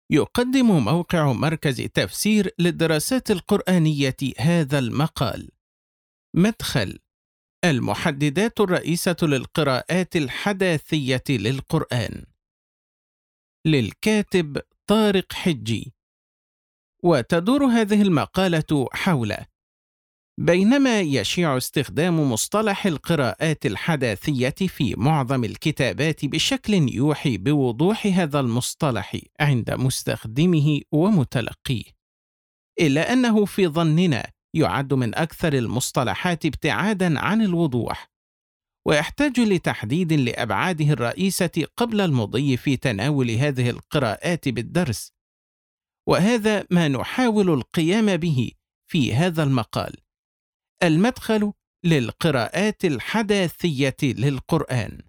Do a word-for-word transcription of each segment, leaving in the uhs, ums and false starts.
يقدم موقع مركز تفسير للدراسات القرآنية هذا المقال. مدخل: المحددات الرئيسة للقراءات الحداثية للقرآن، للكاتب طارق حجي. وتدور هذه المقالة حول: بينما يشيع استخدام مصطلح القراءات الحداثية في معظم الكتابات بشكل يوحي بوضوح هذا المصطلح عند مستخدمه ومتلقيه، إلا أنه في ظننا يعد من أكثر المصطلحات ابتعاداً عن الوضوح، ويحتاج لتحديد لأبعاده الرئيسة قبل المضي في تناول هذه القراءات بالدرس، وهذا ما نحاول القيام به في هذا المقال. المدخل للقراءات الحداثية للقرآن.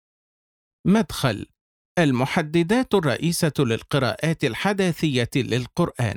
مدخل: المحددات الرئيسة للقراءات الحداثية للقرآن.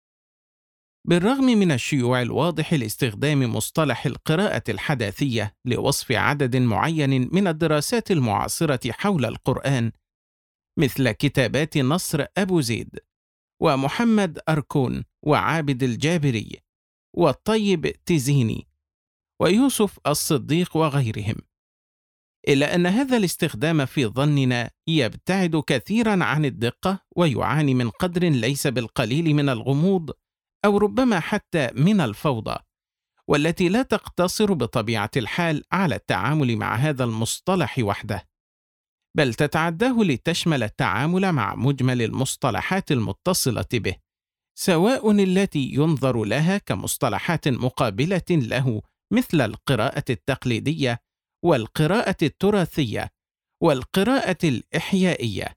بالرغم من الشيوع الواضح لاستخدام مصطلح القراءة الحداثية لوصف عدد معين من الدراسات المعاصرة حول القرآن، مثل كتابات نصر أبو زيد ومحمد أركون وعابد الجابري والطيب تيزيني ويوسف الصديق وغيرهم، إلا أن هذا الاستخدام في ظننا يبتعد كثيرا عن الدقة ويعاني من قدر ليس بالقليل من الغموض أو ربما حتى من الفوضى، والتي لا تقتصر بطبيعة الحال على التعامل مع هذا المصطلح وحده، بل تتعداه لتشمل التعامل مع مجمل المصطلحات المتصلة به، سواء التي ينظر لها كمصطلحات مقابلة له مثل القراءة التقليدية والقراءة التراثية والقراءة الإحيائية.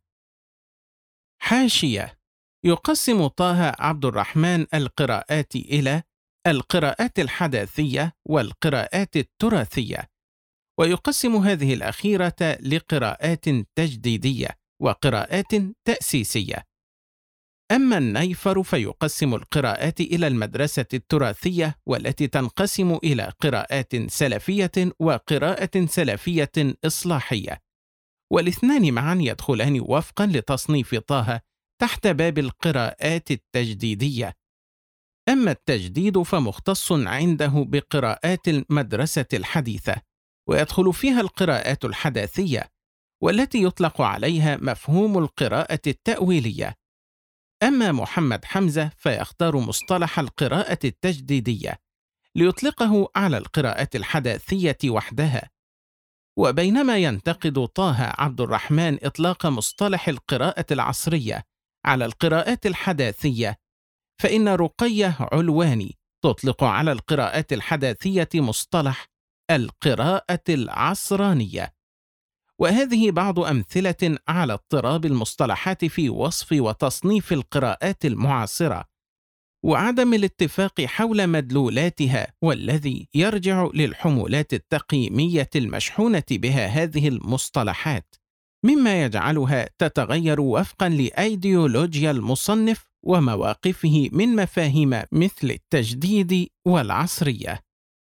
حاشية: يقسم طه عبد الرحمن القراءات إلى القراءات الحداثية والقراءات التراثية، ويقسم هذه الأخيرة لقراءات تجديدية وقراءات تأسيسية. أما النيفر فيقسم القراءات إلى المدرسة التراثية، والتي تنقسم إلى قراءات سلفية وقراءة سلفية إصلاحية، والاثنان معا يدخلان وفقا لتصنيف طه تحت باب القراءات التجديدية. أما التجديد فمختص عنده بقراءات المدرسة الحديثة، ويدخل فيها القراءات الحداثية، والتي يطلق عليها مفهوم القراءة التأويلية. أما محمد حمزة فيختار مصطلح القراءة التجديدية ليطلقه على القراءات الحداثية وحدها. وبينما ينتقد طه عبد الرحمن إطلاق مصطلح القراءة العصرية على القراءات الحداثية، فإن رقية علواني تطلق على القراءات الحداثية مصطلح القراءة العصرانية. وهذه بعض أمثلة على اضطراب المصطلحات في وصف وتصنيف القراءات المعاصرة، وعدم الاتفاق حول مدلولاتها، والذي يرجع للحمولات التقييمية المشحونة بها هذه المصطلحات، مما يجعلها تتغير وفقا لأيديولوجيا المصنف ومواقفه من مفاهيم مثل التجديد والعصرية.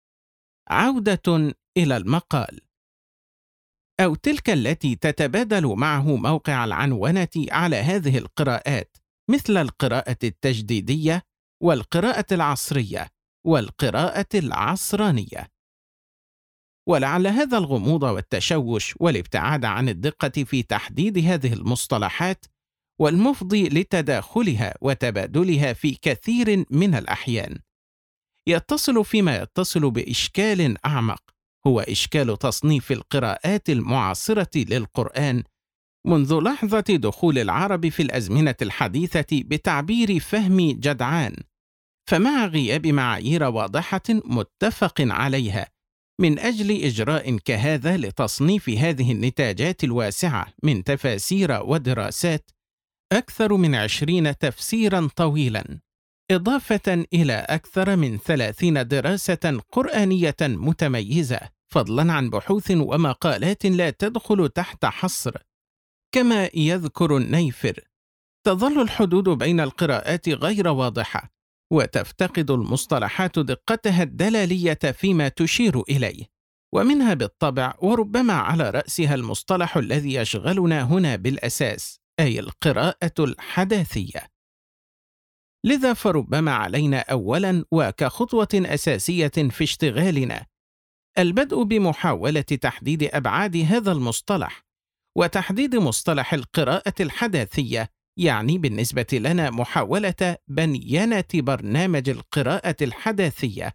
عودة إلى المقال. أو تلك التي تتبادل معه موقع العنونة على هذه القراءات، مثل القراءة التجديدية والقراءة العصرية والقراءة العصرانية. ولعل هذا الغموض والتشوش والابتعاد عن الدقة في تحديد هذه المصطلحات والمفضي لتداخلها وتبادلها في كثير من الأحيان يتصل فيما يتصل بإشكال أعمق، هو إشكال تصنيف القراءات المعاصرة للقرآن منذ لحظة دخول العرب في الأزمنة الحديثة بتعبير فهمي جدعان، فمع غياب معايير واضحة متفق عليها من أجل إجراء كهذا لتصنيف هذه النتاجات الواسعة من تفاسير ودراسات، أكثر من عشرين تفسيرا طويلا، إضافة إلى أكثر من ثلاثين دراسة قرآنية متميزة، فضلا عن بحوث ومقالات لا تدخل تحت حصر. كما يذكر النيفر: تظل الحدود بين القراءات غير واضحة، وتفتقد المصطلحات دقتها الدلالية فيما تشير إليه، ومنها بالطبع وربما على رأسها المصطلح الذي يشغلنا هنا بالأساس، أي القراءة الحداثية. لذا فربما علينا أولاً وكخطوة أساسية في اشتغالنا البدء بمحاولة تحديد أبعاد هذا المصطلح، وتحديد مصطلح القراءة الحداثية يعني بالنسبة لنا محاولة بنيانة برنامج القراءة الحداثية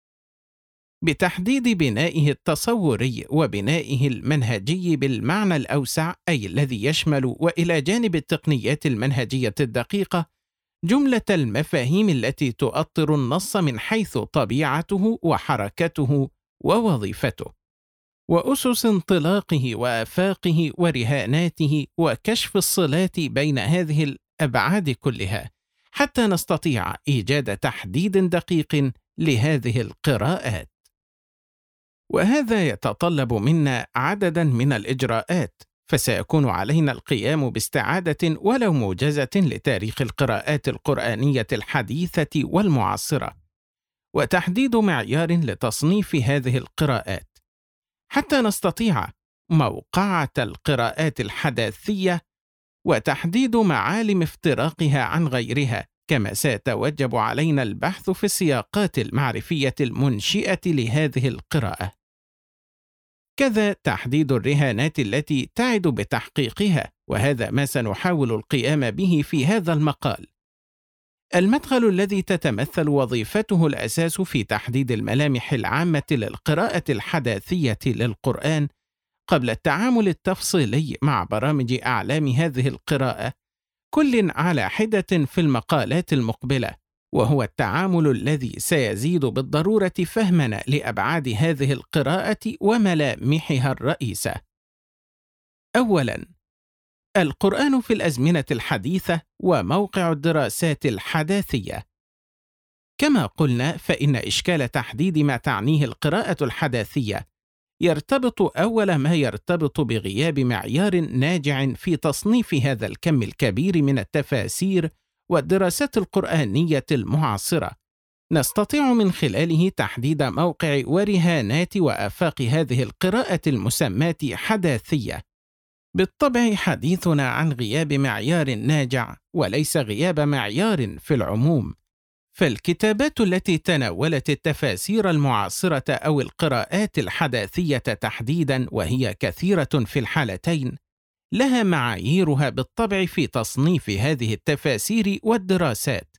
بتحديد بنائه التصوري وبنائه المنهجي بالمعنى الأوسع، أي الذي يشمل وإلى جانب التقنيات المنهجية الدقيقة جملة المفاهيم التي تؤطر النص من حيث طبيعته وحركته ووظيفته، وأسس انطلاقه وآفاقه ورهاناته، وكشف الصلات بين هذه الأبعاد كلها حتى نستطيع إيجاد تحديد دقيق لهذه القراءات. وهذا يتطلب منا عددا من الإجراءات، فسيكون علينا القيام باستعادة ولو موجزة لتاريخ القراءات القرآنية الحديثة والمعاصرة، وتحديد معيار لتصنيف هذه القراءات حتى نستطيع موقعة القراءات الحداثية وتحديد معالم افتراقها عن غيرها، كما سيتوجب علينا البحث في السياقات المعرفية المنشئة لهذه القراءة، كذا تحديد الرهانات التي تعد بتحقيقها، وهذا ما سنحاول القيام به في هذا المقال. المدخل الذي تتمثل وظيفته الأساس في تحديد الملامح العامة للقراءة الحداثية للقرآن قبل التعامل التفصيلي مع برامج أعلام هذه القراءة كل على حدة في المقالات المقبلة، وهو التعامل الذي سيزيد بالضرورة فهمنا لأبعاد هذه القراءة وملامحها الرئيسة. أولاً، القرآن في الأزمنة الحديثة وموقع الدراسات الحداثية. كما قلنا، فإن إشكال تحديد ما تعنيه القراءة الحداثية يرتبط أول ما يرتبط بغياب معيار ناجع في تصنيف هذا الكم الكبير من التفاسير والدراسات القرآنية المعاصرة، نستطيع من خلاله تحديد موقع ورهانات وآفاق هذه القراءة المسماة حداثية. بالطبع حديثنا عن غياب معيار ناجع وليس غياب معيار في العموم، فالكتابات التي تناولت التفاسير المعاصرة أو القراءات الحداثية تحديداً، وهي كثيرة في الحالتين، لها معاييرها بالطبع في تصنيف هذه التفاسير والدراسات،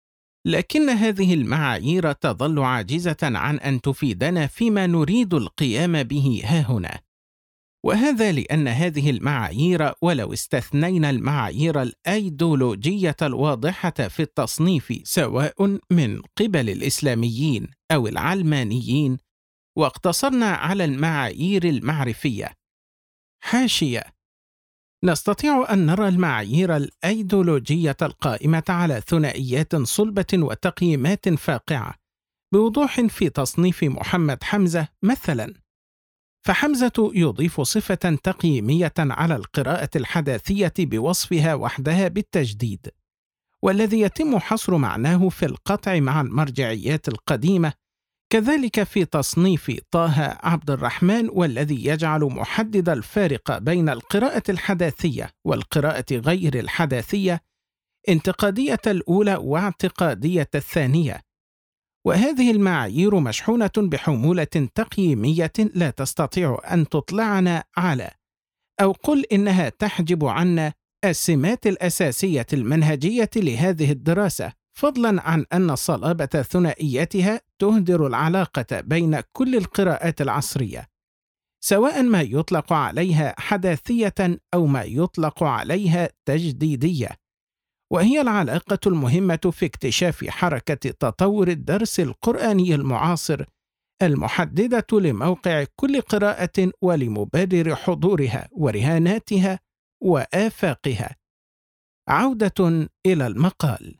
لكن هذه المعايير تظل عاجزة عن أن تفيدنا فيما نريد القيام به هاهنا، وهذا لأن هذه المعايير ولو استثنينا المعايير الأيديولوجية الواضحة في التصنيف سواء من قبل الإسلاميين أو العلمانيين واقتصرنا على المعايير المعرفية. حاشية: نستطيع أن نرى المعايير الأيديولوجية القائمة على ثنائيات صلبة وتقييمات فاقعة بوضوح في تصنيف محمد حمزة مثلاً، فحمزة يضيف صفة تقييمية على القراءة الحداثية بوصفها وحدها بالتجديد، والذي يتم حصر معناه في القطع مع المرجعيات القديمة، كذلك في تصنيف طه عبد الرحمن، والذي يجعل محدد الفارق بين القراءة الحداثية والقراءة غير الحداثية انتقادية الأولى واعتقادية الثانية. وهذه المعايير مشحونة بحمولة تقييمية لا تستطيع أن تطلعنا على، أو قل إنها تحجب عنا، السمات الأساسية المنهجية لهذه الدراسة، فضلاً عن أن صلابة ثنائيتها تهدر العلاقة بين كل القراءات العصرية، سواء ما يطلق عليها حداثية أو ما يطلق عليها تجديدية، وهي العلاقة المهمة في اكتشاف حركة تطور الدرس القرآني المعاصر المحددة لموقع كل قراءة ولمبرر حضورها ورهاناتها وآفاقها. عودة إلى المقال.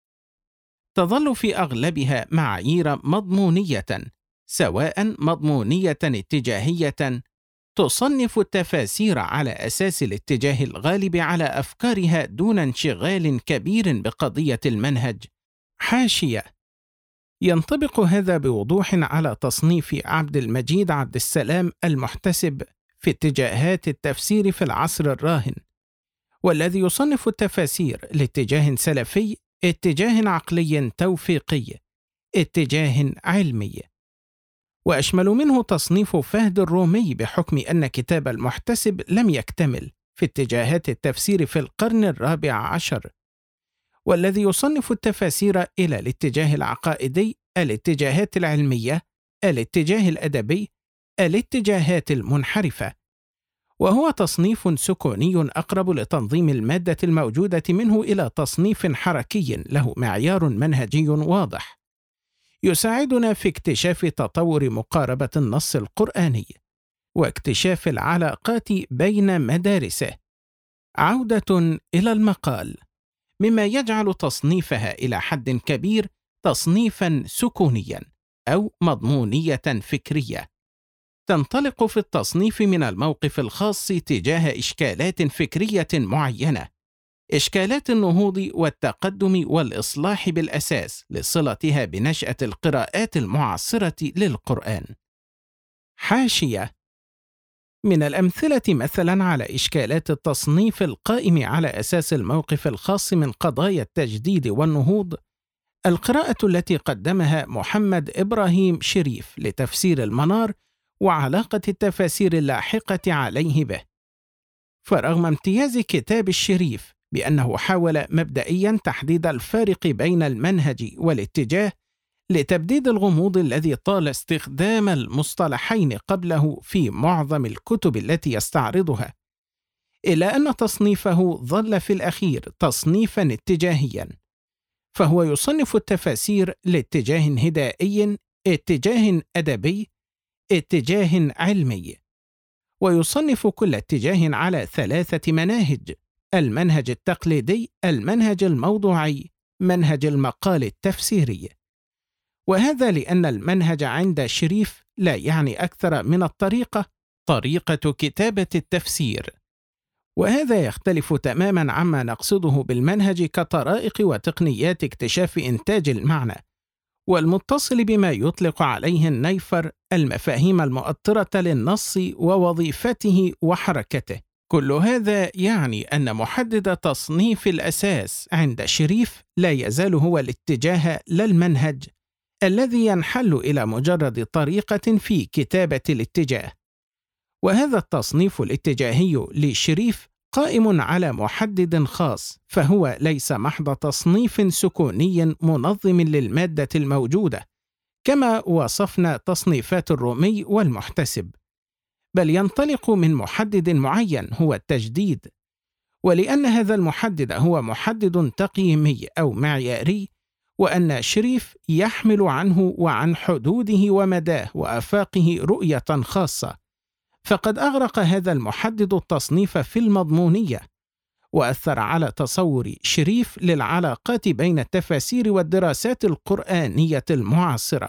تظل في أغلبها معايير مضمونية، سواء مضمونية اتجاهية تصنف التفاسير على أساس الاتجاه الغالب على أفكارها دون انشغال كبير بقضية المنهج. حاشية: ينطبق هذا بوضوح على تصنيف عبد المجيد عبد السلام المحتسب في اتجاهات التفسير في العصر الراهن، والذي يصنف التفاسير لاتجاه سلفي، اتجاه عقلي توفيقي، اتجاه علمي. وأشمل منه تصنيف فهد الرومي بحكم أن كتاب المحتسب لم يكتمل في اتجاهات التفسير في القرن الرابع عشر، والذي يصنف التفاسير إلى الاتجاه العقائدي، الاتجاهات العلمية، الاتجاه الأدبي، الاتجاهات المنحرفة، وهو تصنيف سكوني أقرب لتنظيم المادة الموجودة منه إلى تصنيف حركي له معيار منهجي واضح، يساعدنا في اكتشاف تطور مقاربة النص القرآني واكتشاف العلاقات بين مدارسه. عودة إلى المقال، مما يجعل تصنيفها إلى حد كبير تصنيفا سكونيا أو مضمونية فكرية، تنطلق في التصنيف من الموقف الخاص تجاه إشكالات فكرية معينة، إشكالات النهوض والتقدم والإصلاح بالأساس لصلتها بنشأة القراءات المعاصرة للقرآن. حاشية: من الأمثلة مثلا على إشكالات التصنيف القائم على أساس الموقف الخاص من قضايا التجديد والنهوض القراءة التي قدمها محمد إبراهيم شريف لتفسير المنار وعلاقة التفاسير اللاحقة عليه به. فرغم امتياز كتاب الشريف بأنه حاول مبدئيا تحديد الفارق بين المنهج والاتجاه لتبديد الغموض الذي طال استخدام المصطلحين قبله في معظم الكتب التي يستعرضها، إلا أن تصنيفه ظل في الأخير تصنيفا اتجاهيا، فهو يصنف التفاسير لاتجاه هدائي، اتجاه أدبي، اتجاه علمي، ويصنف كل اتجاه على ثلاثة مناهج: المنهج التقليدي، المنهج الموضوعي، منهج المقال التفسيري. وهذا لأن المنهج عند شريف لا يعني أكثر من الطريقة، طريقة كتابة التفسير، وهذا يختلف تماما عما نقصده بالمنهج كطرائق وتقنيات اكتشاف إنتاج المعنى، والمتصل بما يطلق عليه النيفر المفاهيم المؤطرة للنص ووظيفته وحركته. كل هذا يعني أن محدد تصنيف الأساس عند شريف لا يزال هو الاتجاه لا المنهج، الذي ينحل إلى مجرد طريقة في كتابة الاتجاه. وهذا التصنيف الاتجاهي لشريف قائم على محدد خاص، فهو ليس محض تصنيف سكوني منظم للمادة الموجودة كما وصفنا تصنيفات الرومي والمحتسب، بل ينطلق من محدد معين هو التجديد. ولأن هذا المحدد هو محدد تقييمي أو معياري، وأن شريف يحمل عنه وعن حدوده ومداه وآفاقه رؤية خاصة، فقد أغرق هذا المحدد التصنيف في المضمونية، وأثر على تصور شريف للعلاقات بين التفاسير والدراسات القرآنية المعاصرة.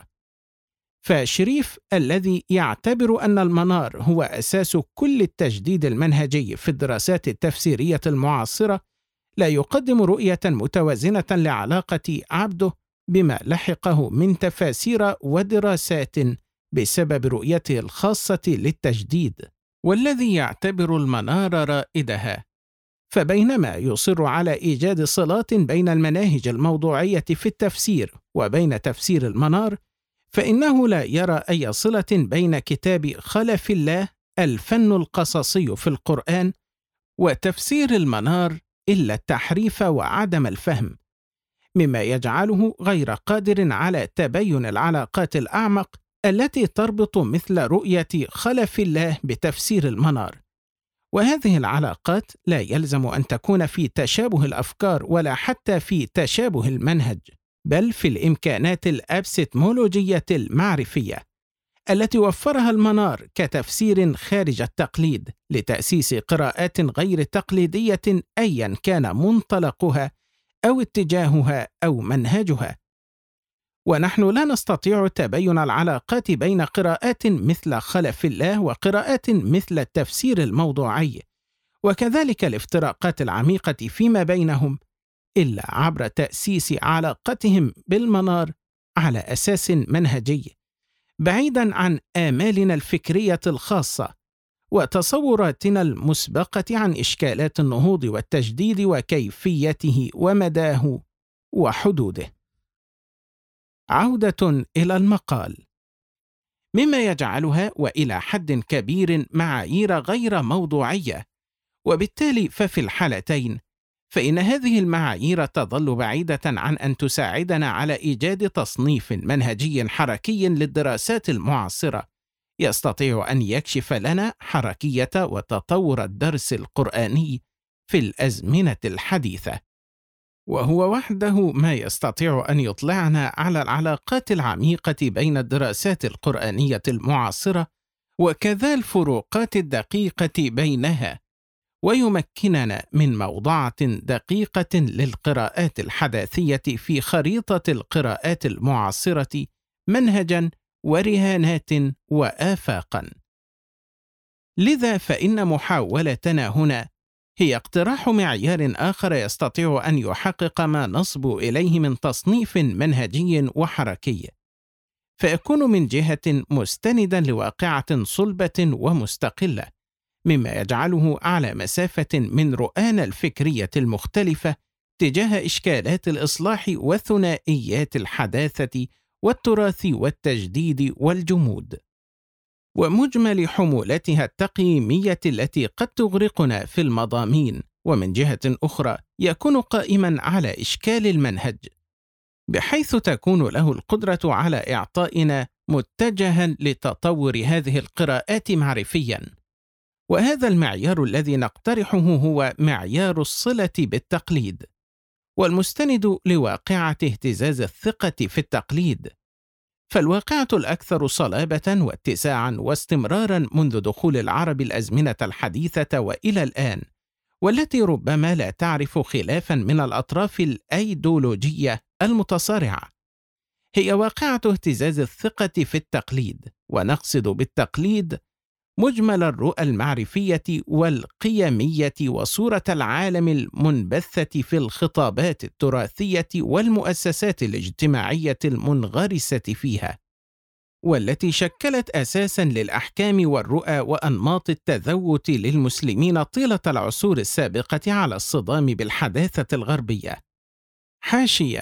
فشريف الذي يعتبر أن المنار هو أساس كل التجديد المنهجي في الدراسات التفسيرية المعاصرة لا يقدم رؤية متوازنة لعلاقة عبده بما لحقه من تفاسير ودراسات بسبب رؤيته الخاصة للتجديد، والذي يعتبر المنار رائدها. فبينما يصر على إيجاد صلات بين المناهج الموضوعية في التفسير وبين تفسير المنار، فإنه لا يرى أي صلة بين كتاب خلف الله الفن القصصي في القرآن وتفسير المنار إلا التحريف وعدم الفهم، مما يجعله غير قادر على تبين العلاقات الأعمق التي تربط مثل رؤية خلف الله بتفسير المنار. وهذه العلاقات لا يلزم أن تكون في تشابه الأفكار ولا حتى في تشابه المنهج، بل في الإمكانات الأبستمولوجية المعرفية التي وفرها المنار كتفسير خارج التقليد لتأسيس قراءات غير تقليدية أيا كان منطلقها أو اتجاهها أو منهجها. ونحن لا نستطيع تبين العلاقات بين قراءات مثل خلف الله وقراءات مثل التفسير الموضوعي، وكذلك الافتراقات العميقة فيما بينهم، إلا عبر تأسيس علاقتهم بالمنار على أساس منهجي بعيداً عن آمالنا الفكرية الخاصة، وتصوراتنا المسبقة عن إشكالات النهوض والتجديد وكيفيته ومداه وحدوده. عودة إلى المقال، مما يجعلها وإلى حد كبير معايير غير موضوعية، وبالتالي ففي الحالتين فإن هذه المعايير تظل بعيدة عن أن تساعدنا على إيجاد تصنيف منهجي حركي للدراسات المعاصرة يستطيع أن يكشف لنا حركية وتطور الدرس القرآني في الأزمنة الحديثة، وهو وحده ما يستطيع أن يطلعنا على العلاقات العميقة بين الدراسات القرآنية المعاصرة وكذا الفروقات الدقيقة بينها، ويمكننا من موضعة دقيقة للقراءات الحداثية في خريطة القراءات المعاصرة منهجاً ورهانات وآفاقاً. لذا فإن محاولتنا هنا هي اقتراح معيار آخر يستطيع أن يحقق ما نصبو إليه من تصنيف منهجي وحركي، فيكون من جهة مستنداً لواقعة صلبة ومستقلة، مما يجعله على مسافة من رؤانا الفكرية المختلفة تجاه إشكالات الإصلاح وثنائيات الحداثة والتراث والتجديد والجمود، ومجمل حمولتها التقييمية التي قد تغرقنا في المضامين، ومن جهة أخرى يكون قائماً على إشكال المنهج، بحيث تكون له القدرة على إعطائنا متجهاً لتطور هذه القراءات معرفياً. وهذا المعيار الذي نقترحه هو معيار الصلة بالتقليد، والمستند لواقعة اهتزاز الثقة في التقليد، فالواقعة الأكثر صلابة واتساعا واستمرارا منذ دخول العرب الأزمنة الحديثة وإلى الآن، والتي ربما لا تعرف خلافا من الأطراف الأيديولوجية المتصارعة، هي واقعة اهتزاز الثقة في التقليد. ونقصد بالتقليد مجمل الرؤى المعرفية والقيمية وصورة العالم المنبثة في الخطابات التراثية والمؤسسات الاجتماعية المنغرسة فيها، والتي شكلت أساساً للأحكام والرؤى وأنماط التذوت للمسلمين طيلة العصور السابقة على الصدام بالحداثة الغربية. حاشية: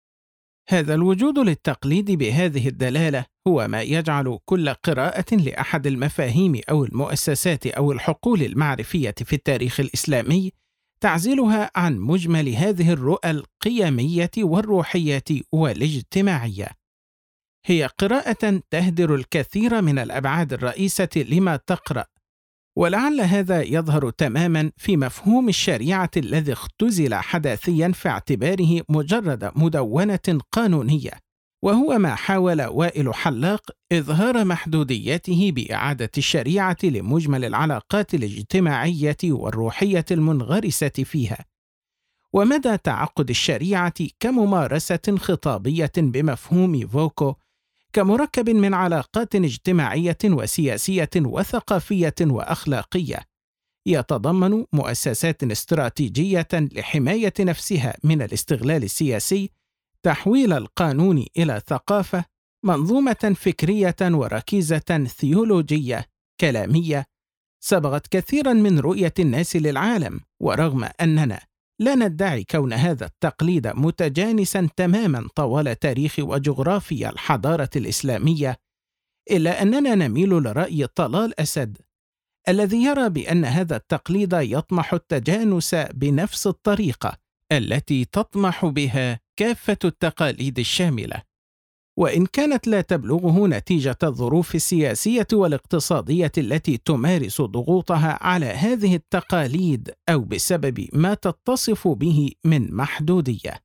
هذا الوجود للتقليد بهذه الدلالة هو ما يجعل كل قراءة لأحد المفاهيم أو المؤسسات أو الحقول المعرفية في التاريخ الإسلامي تعزلها عن مجمل هذه الرؤى القيمية والروحية والاجتماعية. هي قراءة تهدر الكثير من الأبعاد الرئيسة لما تقرأ، ولعل هذا يظهر تماماً في مفهوم الشريعة الذي اختزل حداثياً في اعتباره مجرد مدونة قانونية، وهو ما حاول وائل حلاق إظهار محدوديته بإعادة الشريعة لمجمل العلاقات الاجتماعية والروحية المنغرسة فيها، ومدى تعقد الشريعة كممارسة خطابية بمفهوم فوكو، كمركب من علاقات اجتماعية وسياسية وثقافية وأخلاقية، يتضمن مؤسسات استراتيجية لحماية نفسها من الاستغلال السياسي، تحويل القانون إلى ثقافة، منظومة فكرية وركيزة ثيولوجية كلامية صبغت كثيرا من رؤية الناس للعالم. ورغم أننا لا ندعي كون هذا التقليد متجانسا تماما طوال تاريخ وجغرافيا الحضارة الإسلامية، إلا أننا نميل لرأي طلال أسد الذي يرى بأن هذا التقليد يطمح التجانس بنفس الطريقة التي تطمح بها كافة التقاليد الشاملة، وإن كانت لا تبلغه نتيجة الظروف السياسية والاقتصادية التي تمارس ضغوطها على هذه التقاليد أو بسبب ما تتصف به من محدودية.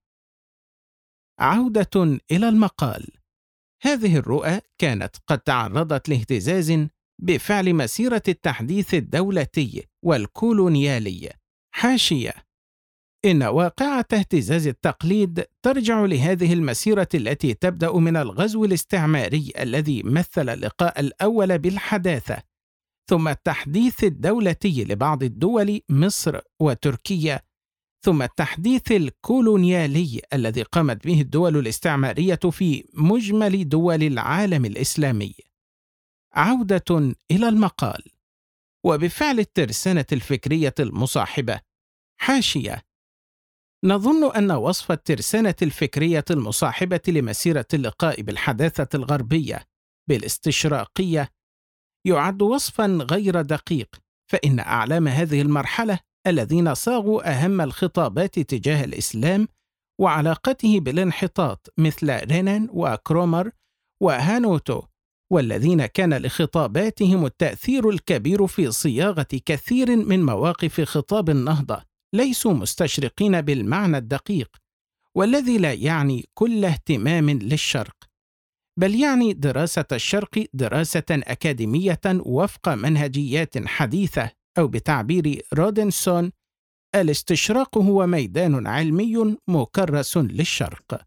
عودة إلى المقال، هذه الرؤى كانت قد تعرضت لاهتزاز بفعل مسيرة التحديث الدولتي والكولونيالي. حاشية: إن واقعة اهتزاز التقليد ترجع لهذه المسيرة التي تبدأ من الغزو الاستعماري الذي مثل اللقاء الأول بالحداثة، ثم التحديث الدولتي لبعض الدول مصر وتركيا، ثم التحديث الكولونيالي الذي قامت به الدول الاستعمارية في مجمل دول العالم الإسلامي. عودة إلى المقال، وبفعل الترسانة الفكرية المصاحبة. حاشية: نظن أن وصف الترسانة الفكرية المصاحبة لمسيرة اللقاء بالحداثة الغربية بالاستشراقية يعد وصفاً غير دقيق، فإن أعلام هذه المرحلة الذين صاغوا أهم الخطابات تجاه الإسلام وعلاقته بالانحطاط مثل رينان وكرومر وهانوتو، والذين كان لخطاباتهم التأثير الكبير في صياغة كثير من مواقف خطاب النهضة، ليسوا مستشرقين بالمعنى الدقيق، والذي لا يعني كل اهتمام للشرق، بل يعني دراسة الشرق دراسة أكاديمية وفق منهجيات حديثة، أو بتعبير رودنسون: الاستشراق هو ميدان علمي مكرس للشرق.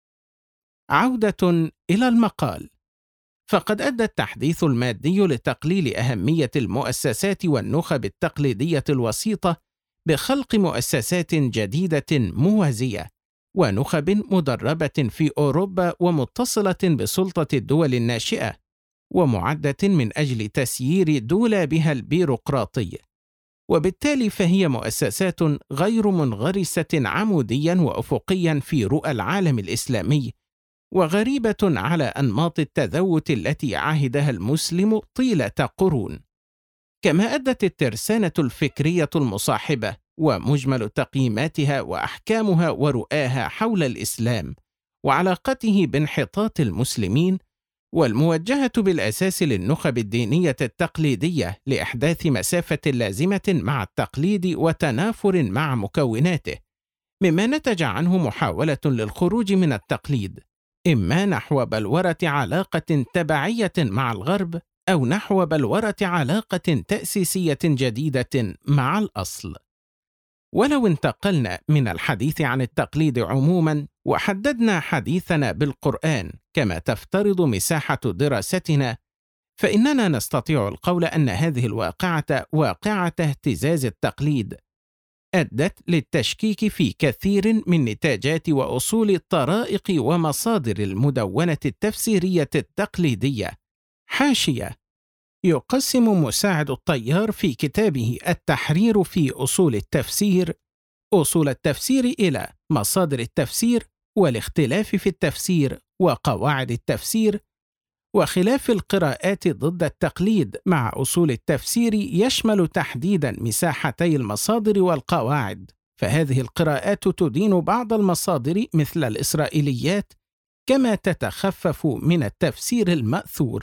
عودة إلى المقال. فقد أدى التحديث المادي لتقليل أهمية المؤسسات والنخب التقليدية الوسيطة بخلق مؤسسات جديدة موازية ونخب مدربة في أوروبا ومتصلة بسلطة الدول الناشئة ومعدة من أجل تسيير دولابها البيروقراطي، وبالتالي فهي مؤسسات غير منغرسة عموديا وأفقيا في رؤى العالم الإسلامي، وغريبة على أنماط التذوت التي عهدها المسلم طيلة قرون. كما أدت الترسانة الفكرية المصاحبة ومجمل تقييماتها وأحكامها ورؤاها حول الإسلام وعلاقته بانحطاط المسلمين، والموجهة بالأساس للنخب الدينية التقليدية لإحداث مسافة لازمة مع التقليد وتنافر مع مكوناته، مما نتج عنه محاولة للخروج من التقليد، إما نحو بلورة علاقة تبعية مع الغرب أو نحو بلورة علاقة تأسيسية جديدة مع الأصل. ولو انتقلنا من الحديث عن التقليد عموما وحددنا حديثنا بالقرآن كما تفترض مساحة دراستنا، فإننا نستطيع القول أن هذه الواقعة واقعة اهتزاز التقليد أدت للتشكيك في كثير من نتاجات وأصول الطرائق ومصادر المدونة التفسيرية التقليدية. حاشية: يقسم مساعد الطيار في كتابه التحرير في أصول التفسير أصول التفسير إلى مصادر التفسير والاختلاف في التفسير وقواعد التفسير، وخلاف القراءات ضد التقليد مع أصول التفسير يشمل تحديداً مساحتي المصادر والقواعد، فهذه القراءات تدين بعض المصادر مثل الإسرائيليات كما تتخفف من التفسير المأثور.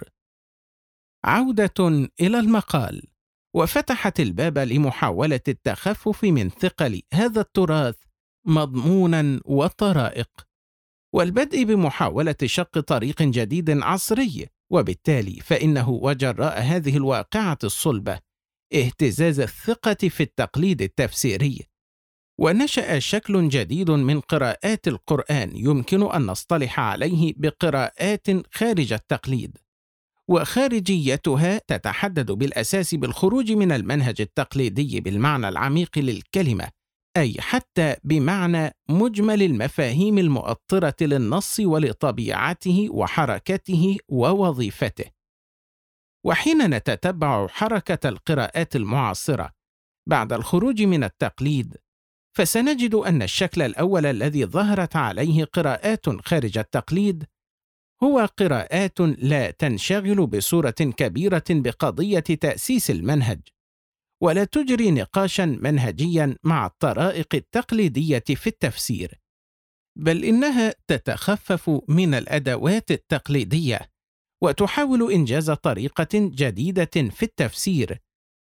عودة إلى المقال. وفتحت الباب لمحاولة التخفف من ثقل هذا التراث مضموناً وطرائق، والبدء بمحاولة شق طريق جديد عصري، وبالتالي فإنه وجراء هذه الواقعة الصلبة اهتزاز الثقة في التقليد التفسيري، ونشأ شكل جديد من قراءات القرآن يمكن أن نصطلح عليه بقراءات خارج التقليد، وخارجيتها تتحدد بالأساس بالخروج من المنهج التقليدي بالمعنى العميق للكلمة، أي حتى بمعنى مجمل المفاهيم المؤطرة للنص ولطبيعته وحركته ووظيفته. وحين نتتبع حركة القراءات المعاصرة بعد الخروج من التقليد، فسنجد أن الشكل الأول الذي ظهرت عليه قراءات خارج التقليد هو قراءات لا تنشغل بصورة كبيرة بقضية تأسيس المنهج، ولا تجري نقاشاً منهجياً مع الطرائق التقليدية في التفسير، بل إنها تتخفف من الأدوات التقليدية وتحاول إنجاز طريقة جديدة في التفسير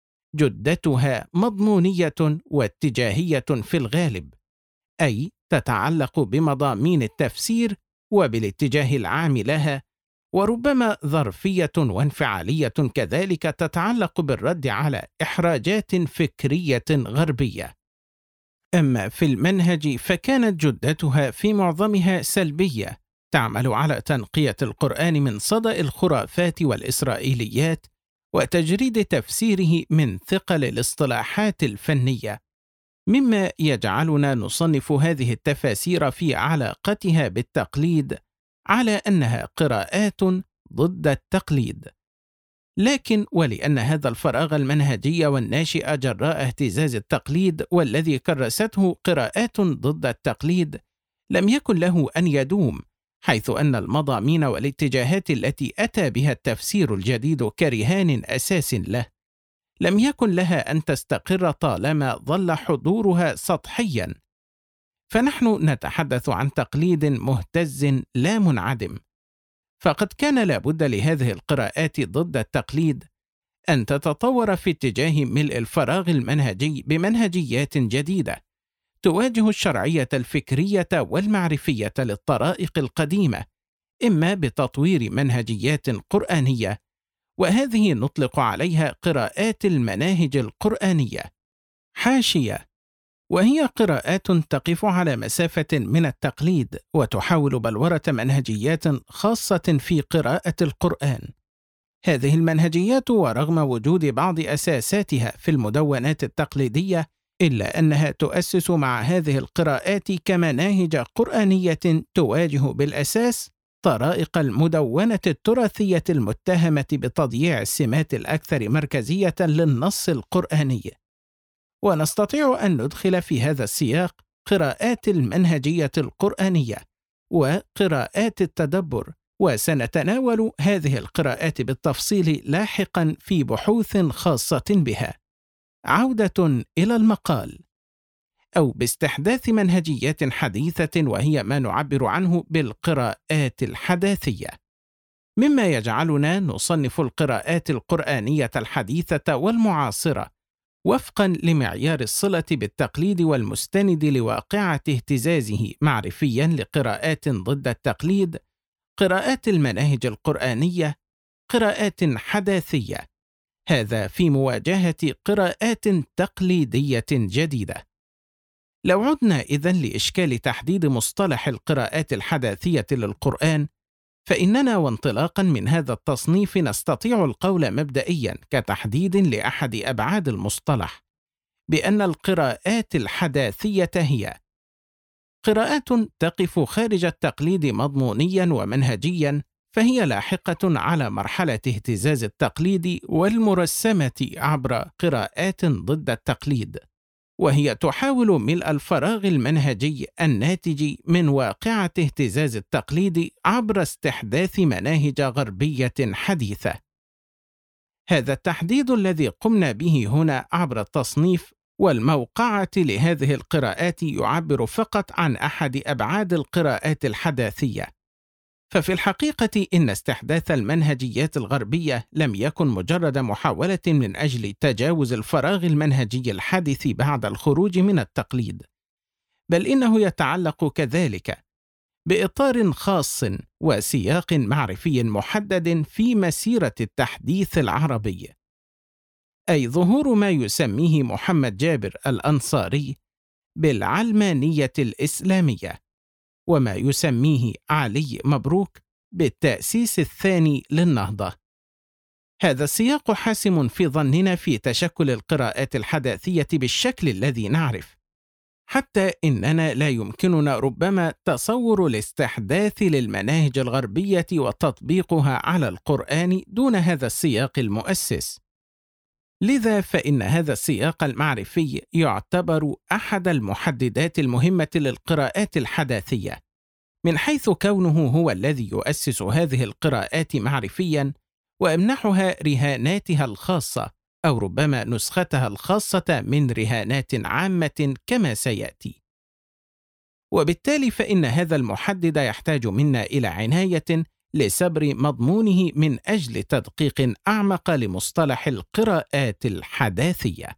جدتها مضمونية واتجاهية في الغالب، أي تتعلق بمضامين التفسير وبالاتجاه العام لها، وربما ظرفية وانفعالية كذلك تتعلق بالرد على إحراجات فكرية غربية. أما في المنهج فكانت جدتها في معظمها سلبية، تعمل على تنقية القرآن من صدأ الخرافات والإسرائيليات وتجريد تفسيره من ثقل الاصطلاحات الفنية، مما يجعلنا نصنف هذه التفاسير في علاقتها بالتقليد على أنها قراءات ضد التقليد. لكن ولأن هذا الفراغ المنهجي والناشئ جراء اهتزاز التقليد والذي كرسته قراءات ضد التقليد لم يكن له أن يدوم، حيث أن المضامين والاتجاهات التي أتى بها التفسير الجديد كرهان أساس له لم يكن لها أن تستقر طالما ظل حضورها سطحيا. فنحن نتحدث عن تقليد مهتز لا منعدم، فقد كان لابد لهذه القراءات ضد التقليد أن تتطور في اتجاه ملء الفراغ المنهجي بمنهجيات جديدة تواجه الشرعية الفكرية والمعرفية للطرائق القديمة، إما بتطوير منهجيات قرآنية، وهذه نطلق عليها قراءات المناهج القرآنية. حاشية: وهي قراءات تقف على مسافة من التقليد وتحاول بلورة منهجيات خاصة في قراءة القرآن. هذه المنهجيات ورغم وجود بعض أساساتها في المدونات التقليدية إلا أنها تؤسس مع هذه القراءات كمناهج قرآنية تواجه بالأساس طرائق المدونة التراثية المتهمة بتضييع السمات الأكثر مركزية للنص القرآني. ونستطيع أن ندخل في هذا السياق قراءات المنهجية القرآنية وقراءات التدبر، وسنتناول هذه القراءات بالتفصيل لاحقا في بحوث خاصة بها. عودة إلى المقال، أو باستحداث منهجيات حديثة، وهي ما نعبر عنه بالقراءات الحداثية، مما يجعلنا نصنف القراءات القرآنية الحديثة والمعاصرة وفقا لمعيار الصلة بالتقليد والمستند لواقعة اهتزازه معرفيا لقراءات ضد التقليد، قراءات المناهج القرآنية، قراءات حداثية، هذا في مواجهة قراءات تقليدية جديدة. لو عدنا إذن لإشكال تحديد مصطلح القراءات الحداثية للقرآن، فإننا وانطلاقا من هذا التصنيف نستطيع القول مبدئيا كتحديد لأحد أبعاد المصطلح بأن القراءات الحداثية هي قراءات تقف خارج التقليد مضمونيا ومنهجيا، فهي لاحقة على مرحلة اهتزاز التقليد والمرسمة عبر قراءات ضد التقليد، وهي تحاول ملء الفراغ المنهجي الناتج من واقعة اهتزاز التقليد عبر استحداث مناهج غربية حديثة. هذا التحديد الذي قمنا به هنا عبر التصنيف والموقعة لهذه القراءات يعبر فقط عن أحد أبعاد القراءات الحداثية، ففي الحقيقة إن استحداث المنهجيات الغربية لم يكن مجرد محاولة من أجل تجاوز الفراغ المنهجي الحادث بعد الخروج من التقليد، بل إنه يتعلق كذلك بإطار خاص وسياق معرفي محدد في مسيرة التحديث العربي، أي ظهور ما يسميه محمد جابر الأنصاري بالعلمانية الإسلامية، وما يسميه علي مبروك بالتأسيس الثاني للنهضة. هذا السياق حاسم في ظننا في تشكل القراءات الحداثية بالشكل الذي نعرف، حتى إننا لا يمكننا ربما تصور الاستحداث للمناهج الغربية وتطبيقها على القرآن دون هذا السياق المؤسس. لذا فإن هذا السياق المعرفي يعتبر أحد المحددات المهمة للقراءات الحداثية، من حيث كونه هو الذي يؤسس هذه القراءات معرفياً ويمنحها رهاناتها الخاصة، أو ربما نسختها الخاصة من رهانات عامة كما سيأتي. وبالتالي فإن هذا المحدد يحتاج منا إلى عناية لسبر مضمونه من أجل تدقيق أعمق لمصطلح القراءات الحداثية.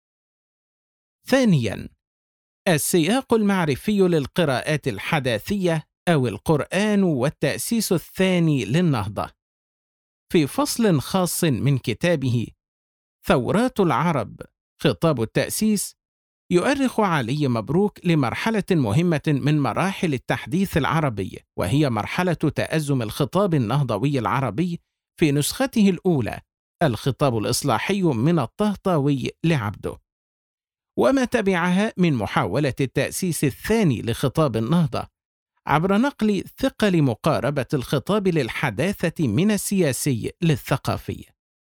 ثانياً، السياق المعرفي للقراءات الحداثية أو القرآن والتأسيس الثاني للنهضة. في فصل خاص من كتابه ثورات العرب خطاب التأسيس، يؤرخ علي مبروك لمرحلة مهمة من مراحل التحديث العربي، وهي مرحلة تأزم الخطاب النهضوي العربي في نسخته الأولى، الخطاب الإصلاحي من الطهطاوي لعبده، وما تبعها من محاولة التأسيس الثاني لخطاب النهضة عبر نقل ثقل مقاربة الخطاب للحداثة من السياسي للثقافي.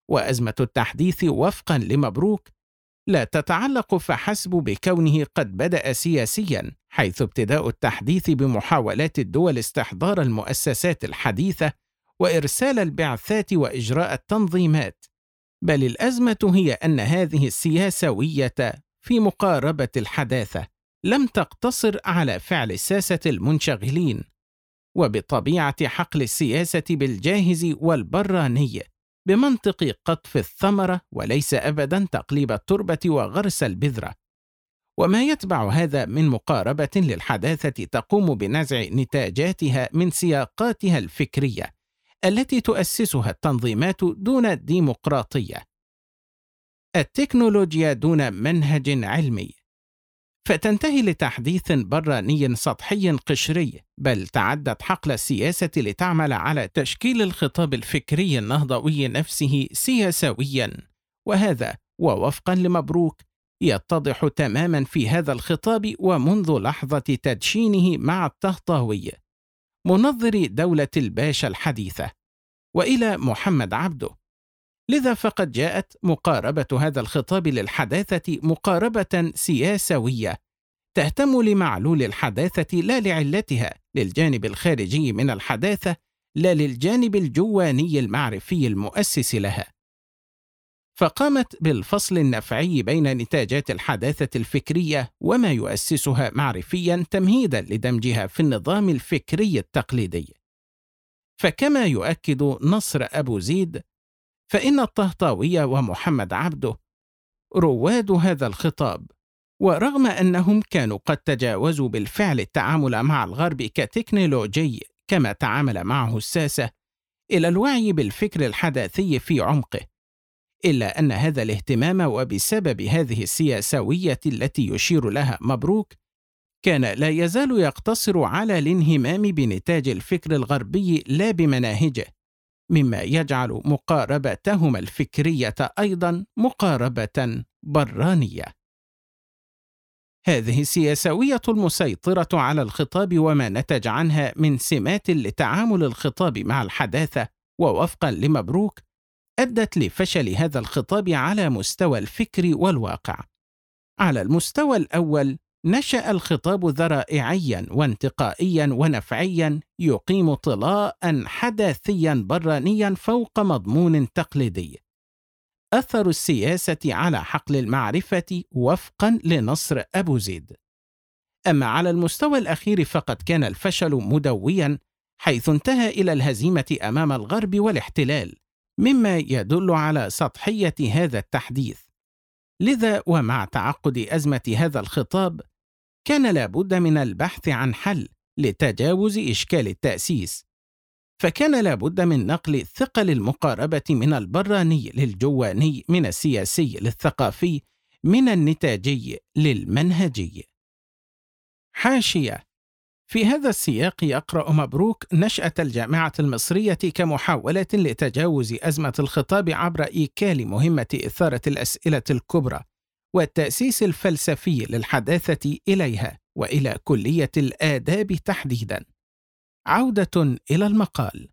وأزمة التحديث وفقاً لمبروك لا تتعلق فحسب بكونه قد بدأ سياسياً، حيث ابتداء التحديث بمحاولات الدول استحضار المؤسسات الحديثة وإرسال البعثات وإجراء التنظيمات، بل الأزمة هي أن هذه السياسوية في مقاربة الحداثة لم تقتصر على فعل الساسة المنشغلين، وبطبيعة حقل السياسة بالجاهز والبراني بمنطق قطف الثمرة وليس أبدا تقليب التربة وغرس البذرة، وما يتبع هذا من مقاربة للحداثة تقوم بنزع نتاجاتها من سياقاتها الفكرية التي تؤسسها التنظيمات دون الديمقراطية. التكنولوجيا دون منهج علمي، فتنتهي لتحديث براني سطحي قشري، بل تعدت حقل السياسة لتعمل على تشكيل الخطاب الفكري النهضوي نفسه سياسويا، وهذا ووفقا لمبروك يتضح تماما في هذا الخطاب ومنذ لحظة تدشينه مع الطهطاوي منظر دولة الباشا الحديثة وإلى محمد عبده. لذا فقد جاءت مقاربة هذا الخطاب للحداثة مقاربة سياسوية تهتم لمعلول الحداثة لا لعلتها، للجانب الخارجي من الحداثة لا للجانب الجواني المعرفي المؤسس لها، فقامت بالفصل النفعي بين نتاجات الحداثة الفكرية وما يؤسسها معرفيا تمهيدا لدمجها في النظام الفكري التقليدي. فكما يؤكد نصر أبو زيد، فإن الطهطاوي ومحمد عبده رواد هذا الخطاب، ورغم أنهم كانوا قد تجاوزوا بالفعل التعامل مع الغرب كتكنولوجي كما تعامل معه الساسة إلى الوعي بالفكر الحداثي في عمقه، إلا أن هذا الاهتمام وبسبب هذه السياسوية التي يشير لها مبروك كان لا يزال يقتصر على الانهمام بنتاج الفكر الغربي لا بمناهجه، مما يجعل مقاربتهما الفكرية أيضا مقاربة برانية. هذه السياسوية المسيطرة على الخطاب وما نتج عنها من سمات لتعامل الخطاب مع الحداثة ووفقا لمبروك أدت لفشل هذا الخطاب على مستوى الفكر والواقع. على المستوى الأول نشأ الخطاب ذرائعيا وانتقائيا ونفعيا يقيم طلاء حداثيا برانيا فوق مضمون تقليدي. أثر السياسة على حقل المعرفة وفقا لنصر أبو زيد. أما على المستوى الأخير فقد كان الفشل مدويا، حيث انتهى إلى الهزيمة أمام الغرب والاحتلال، مما يدل على سطحية هذا التحديث. لذا ومع تعقد أزمة هذا الخطاب كان لابد من البحث عن حل لتجاوز إشكال التأسيس، فكان لابد من نقل ثقل المقاربة من البراني للجواني، من السياسي للثقافي، من النتاجي للمنهجي. حاشية: في هذا السياق يقرأ مبروك نشأة الجامعة المصرية كمحاولة لتجاوز أزمة الخطاب عبر إيكال مهمة إثارة الأسئلة الكبرى والتأسيس الفلسفي للحداثة إليها وإلى كلية الآداب تحديداً. عودة إلى المقال.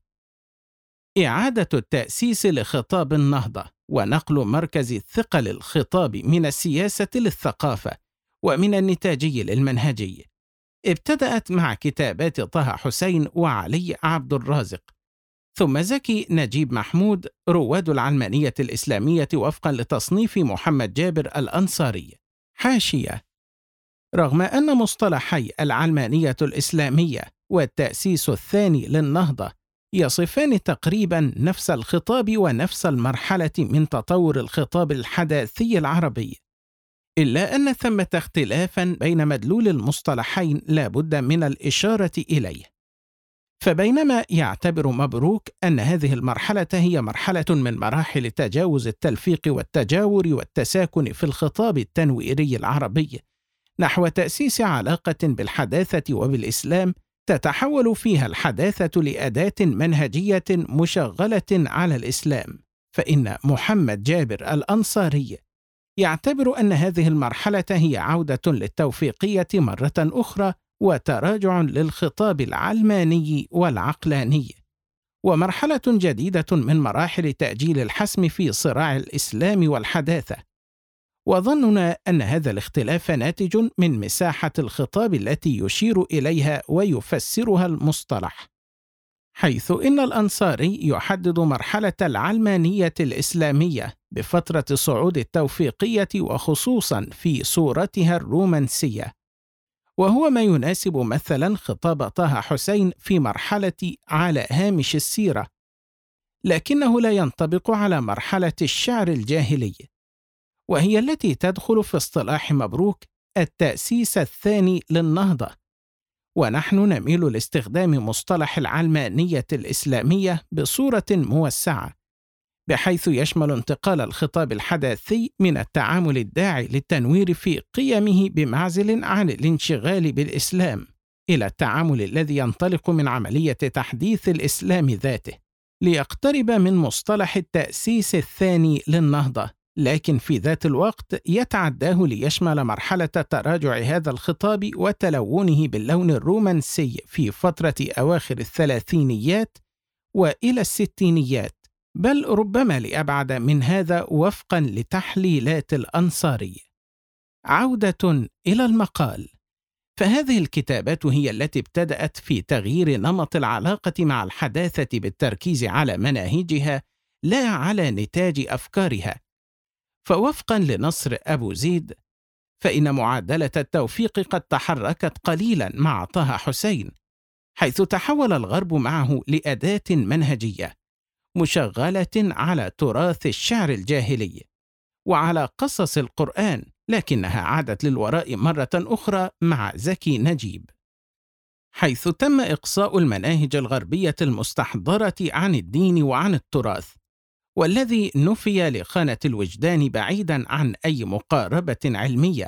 إعادة التأسيس لخطاب النهضة ونقل مركز ثقل الخطاب من السياسة للثقافة ومن النتاجي للمنهجي ابتدأت مع كتابات طه حسين وعلي عبد الرازق، ثم زكي نجيب محمود رواد العلمانية الإسلامية وفقا لتصنيف محمد جابر الأنصاري. حاشية: رغم أن مصطلحي العلمانية الإسلامية والتأسيس الثاني للنهضة يصفان تقريبا نفس الخطاب ونفس المرحلة من تطور الخطاب الحداثي العربي، إلا أن ثمة اختلافا بين مدلول المصطلحين لا بد من الإشارة إليه. فبينما يعتبر مبروك أن هذه المرحلة هي مرحلة من مراحل تجاوز التلفيق والتجاور والتساكن في الخطاب التنويري العربي نحو تأسيس علاقة بالحداثة وبالإسلام تتحول فيها الحداثة لأداة منهجية مشغلة على الإسلام، فإن محمد جابر الأنصاري يعتبر أن هذه المرحلة هي عودة للتوفيقية مرة أخرى وتراجع للخطاب العلماني والعقلاني، ومرحلة جديدة من مراحل تأجيل الحسم في صراع الإسلام والحداثة. وظننا أن هذا الاختلاف ناتج من مساحة الخطاب التي يشير إليها ويفسرها المصطلح، حيث إن الأنصاري يحدد مرحلة العلمانية الإسلامية بفترة صعود التوفيقية وخصوصاً في صورتها الرومانسية، وهو ما يناسب مثلاً خطاب طه حسين في مرحلة على هامش السيرة، لكنه لا ينطبق على مرحلة الشعر الجاهلي، وهي التي تدخل في اصطلاح مبروك التأسيس الثاني للنهضة. ونحن نميل لاستخدام مصطلح العلمانية الإسلامية بصورة موسعة، بحيث يشمل انتقال الخطاب الحداثي من التعامل الداعي للتنوير في قيمه بمعزل عن الانشغال بالإسلام إلى التعامل الذي ينطلق من عملية تحديث الإسلام ذاته، ليقترب من مصطلح التأسيس الثاني للنهضة، لكن في ذات الوقت يتعداه ليشمل مرحلة تراجع هذا الخطاب وتلونه باللون الرومانسي في فترة أواخر الثلاثينيات وإلى الستينيات، بل ربما لأبعد من هذا وفقاً لتحليلات الأنصاري. عودة إلى المقال، فهذه الكتابات هي التي ابتدأت في تغيير نمط العلاقة مع الحداثة بالتركيز على مناهجها لا على نتاج أفكارها. فوفقاً لنصر أبو زيد، فإن معادلة التوفيق قد تحركت قليلاً مع طه حسين، حيث تحول الغرب معه لأداة منهجية مشغلة على تراث الشعر الجاهلي وعلى قصص القرآن، لكنها عادت للوراء مرة أخرى مع زكي نجيب، حيث تم إقصاء المناهج الغربية المستحضرة عن الدين وعن التراث، والذي نفي لخانة الوجدان بعيداً عن أي مقاربة علمية.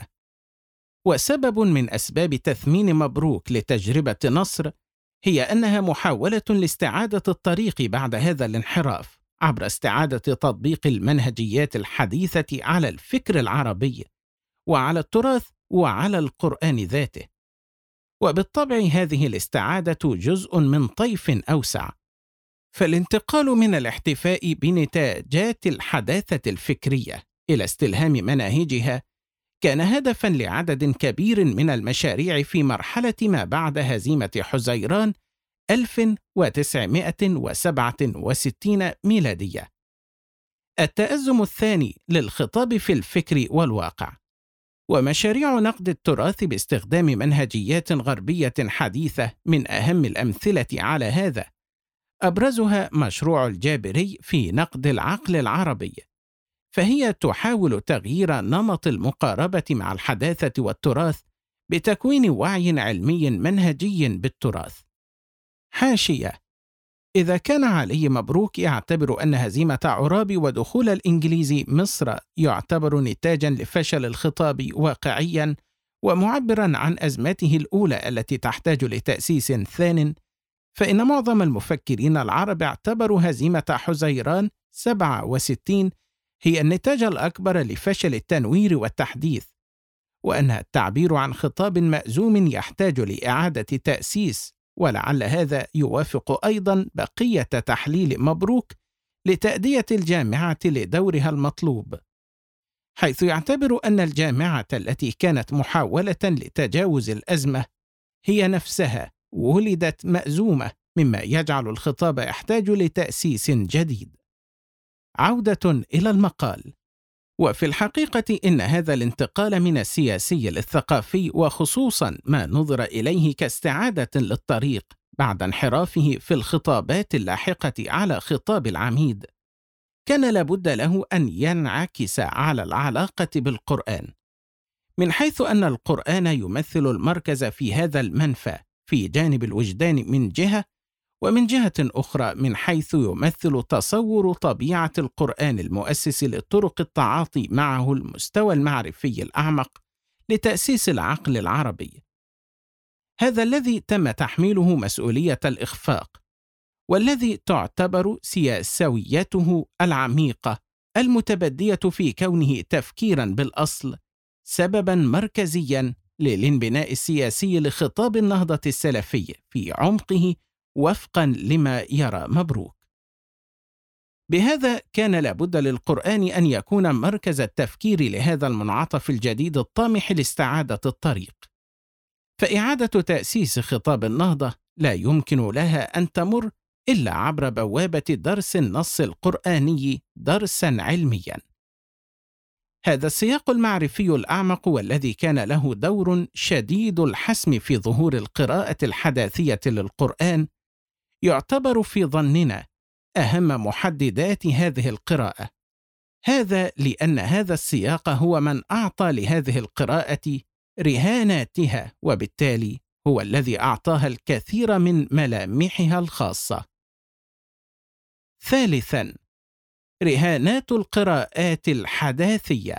وسبب من أسباب تثمين مبروك لتجربة نصر هي أنها محاولة لاستعادة الطريق بعد هذا الانحراف عبر استعادة تطبيق المنهجيات الحديثة على الفكر العربي وعلى التراث وعلى القرآن ذاته. وبالطبع هذه الاستعادة جزء من طيف أوسع، فالانتقال من الاحتفاء بنتاجات الحداثة الفكرية إلى استلهام مناهجها كان هدفاً لعدد كبير من المشاريع في مرحلة ما بعد هزيمة حزيران ألف وتسعمائة وسبعة وستين ميلادية. التأزم الثاني للخطاب في الفكر والواقع، ومشاريع نقد التراث باستخدام منهجيات غربية حديثة من أهم الأمثلة على هذا، أبرزها مشروع الجابري في نقد العقل العربي، فهي تحاول تغيير نمط المقاربة مع الحداثة والتراث بتكوين وعي علمي منهجي بالتراث. حاشية: إذا كان علي مبروك يعتبر أن هزيمة عرابي ودخول الإنجليز مصر يعتبر نتاجاً لفشل الخطاب واقعياً ومعبراً عن أزمته الأولى التي تحتاج لتأسيس ثان، فإن معظم المفكرين العرب اعتبروا هزيمة حزيران سبعة وستين هي النتاج الأكبر لفشل التنوير والتحديث، وأنها التعبير عن خطاب مأزوم يحتاج لإعادة تأسيس. ولعل هذا يوافق أيضاً بقية تحليل مبروك لتأدية الجامعة لدورها المطلوب، حيث يعتبر أن الجامعة التي كانت محاولة لتجاوز الأزمة هي نفسها ولدت مأزومة، مما يجعل الخطاب يحتاج لتأسيس جديد. عودة إلى المقال، وفي الحقيقة إن هذا الانتقال من السياسي للثقافي، وخصوصاً ما نظر إليه كاستعادة للطريق بعد انحرافه في الخطابات اللاحقة على خطاب العميد، كان لابد له أن ينعكس على العلاقة بالقرآن، من حيث أن القرآن يمثل المركز في هذا المنفى في جانب الوجدان من جهة، ومن جهة أخرى من حيث يمثل تصور طبيعة القرآن المؤسس لطرق التعاطي معه المستوى المعرفي الأعمق لتأسيس العقل العربي، هذا الذي تم تحميله مسؤولية الإخفاق، والذي تعتبر سياسويته العميقة المتبدية في كونه تفكيراً بالأصل سبباً مركزياً للانبناء السياسي لخطاب النهضة السلفي في عمقه وفقا لما يرى مبروك. بهذا كان لابد للقرآن أن يكون مركز التفكير لهذا المنعطف الجديد الطامح لاستعادة الطريق. فإعادة تأسيس خطاب النهضة لا يمكن لها أن تمر إلا عبر بوابة درس النص القرآني درساً علمياً. هذا السياق المعرفي الأعمق والذي كان له دور شديد الحسم في ظهور القراءة الحداثية للقرآن يعتبر في ظننا أهم محددات هذه القراءة. هذا لأن هذا السياق هو من أعطى لهذه القراءة رهاناتها، وبالتالي هو الذي أعطاها الكثير من ملامحها الخاصة. ثالثاً، رهانات القراءات الحداثية.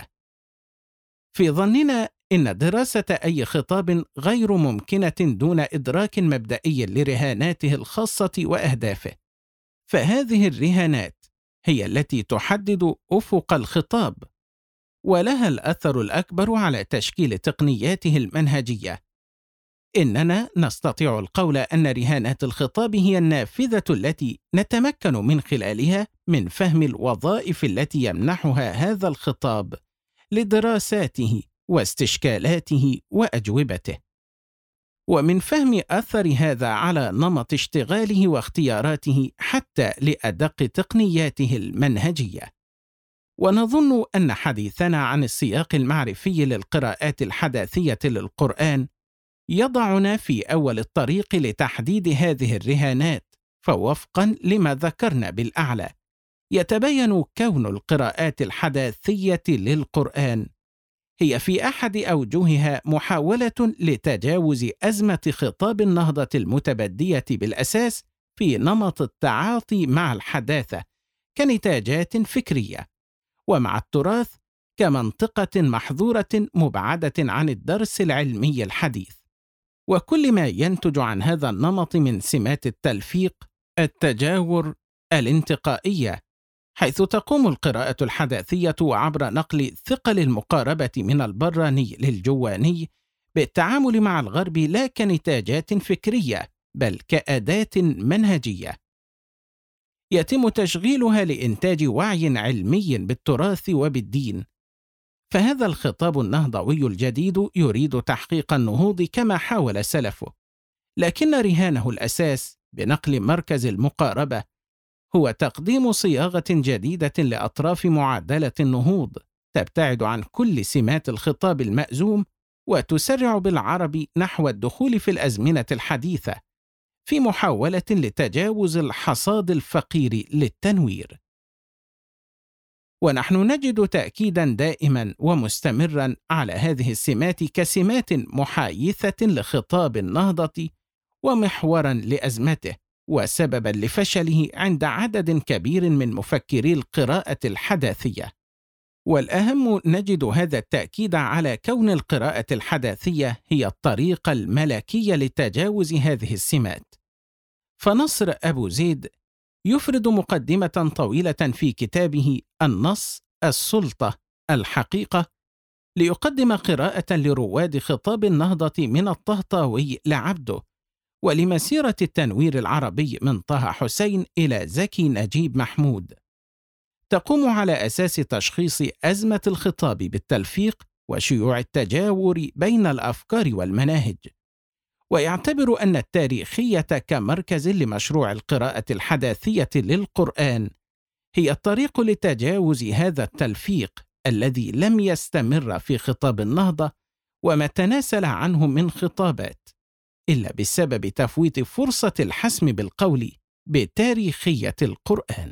في ظننا إن دراسة أي خطاب غير ممكنة دون إدراك مبدئي لرهاناته الخاصة وأهدافه، فهذه الرهانات هي التي تحدد أفق الخطاب، ولها الأثر الأكبر على تشكيل تقنياته المنهجية. إننا نستطيع القول أن رهانات الخطاب هي النافذة التي نتمكن من خلالها من فهم الوظائف التي يمنحها هذا الخطاب لدراساته واستشكالاته وأجوبته، ومن فهم أثر هذا على نمط اشتغاله واختياراته حتى لأدق تقنياته المنهجية. ونظن أن حديثنا عن السياق المعرفي للقراءات الحداثية للقرآن يضعنا في أول الطريق لتحديد هذه الرهانات، فوفقا لما ذكرنا بالأعلى يتبين كون القراءات الحداثية للقرآن هي في أحد أوجهها محاولة لتجاوز أزمة خطاب النهضة المتبدية بالأساس في نمط التعاطي مع الحداثة كنتاجات فكرية، ومع التراث كمنطقة محظورة مبعدة عن الدرس العلمي الحديث، وكل ما ينتج عن هذا النمط من سمات التلفيق، التجاور، الانتقائية، حيث تقوم القراءة الحداثية عبر نقل ثقل المقاربة من البراني للجواني بالتعامل مع الغرب لا كنتاجات فكرية بل كأداة منهجية يتم تشغيلها لإنتاج وعي علمي بالتراث وبالدين. فهذا الخطاب النهضوي الجديد يريد تحقيق النهوض كما حاول سلفه، لكن رهانه الأساس بنقل مركز المقاربة هو تقديم صياغة جديدة لأطراف معادلة النهوض تبتعد عن كل سمات الخطاب المأزوم وتسرع بالعرب نحو الدخول في الأزمنة الحديثة في محاولة لتجاوز الحصاد الفقير للتنوير. ونحن نجد تأكيدا دائما ومستمرا على هذه السمات كسمات محايثة لخطاب النهضة ومحورا لأزمته وسببا لفشله عند عدد كبير من مفكري القراءة الحداثية. والأهم نجد هذا التأكيد على كون القراءة الحداثية هي الطريقة الملكية لتجاوز هذه السمات. فنصر أبو زيد يفرد مقدمة طويلة في كتابه النص، السلطة، الحقيقة، ليقدم قراءة لرواد خطاب النهضة من الطهطاوي لعبده، ولمسيرة التنوير العربي من طه حسين إلى زكي نجيب محمود، تقوم على أساس تشخيص أزمة الخطاب بالتلفيق وشيوع التجاور بين الأفكار والمناهج، ويعتبر أن التاريخية كمركز لمشروع القراءة الحداثية للقرآن هي الطريق لتجاوز هذا التلفيق الذي لم يستمر في خطاب النهضة وما تناسل عنه من خطابات إلا بسبب تفويت فرصة الحسم بالقول بتاريخية القرآن.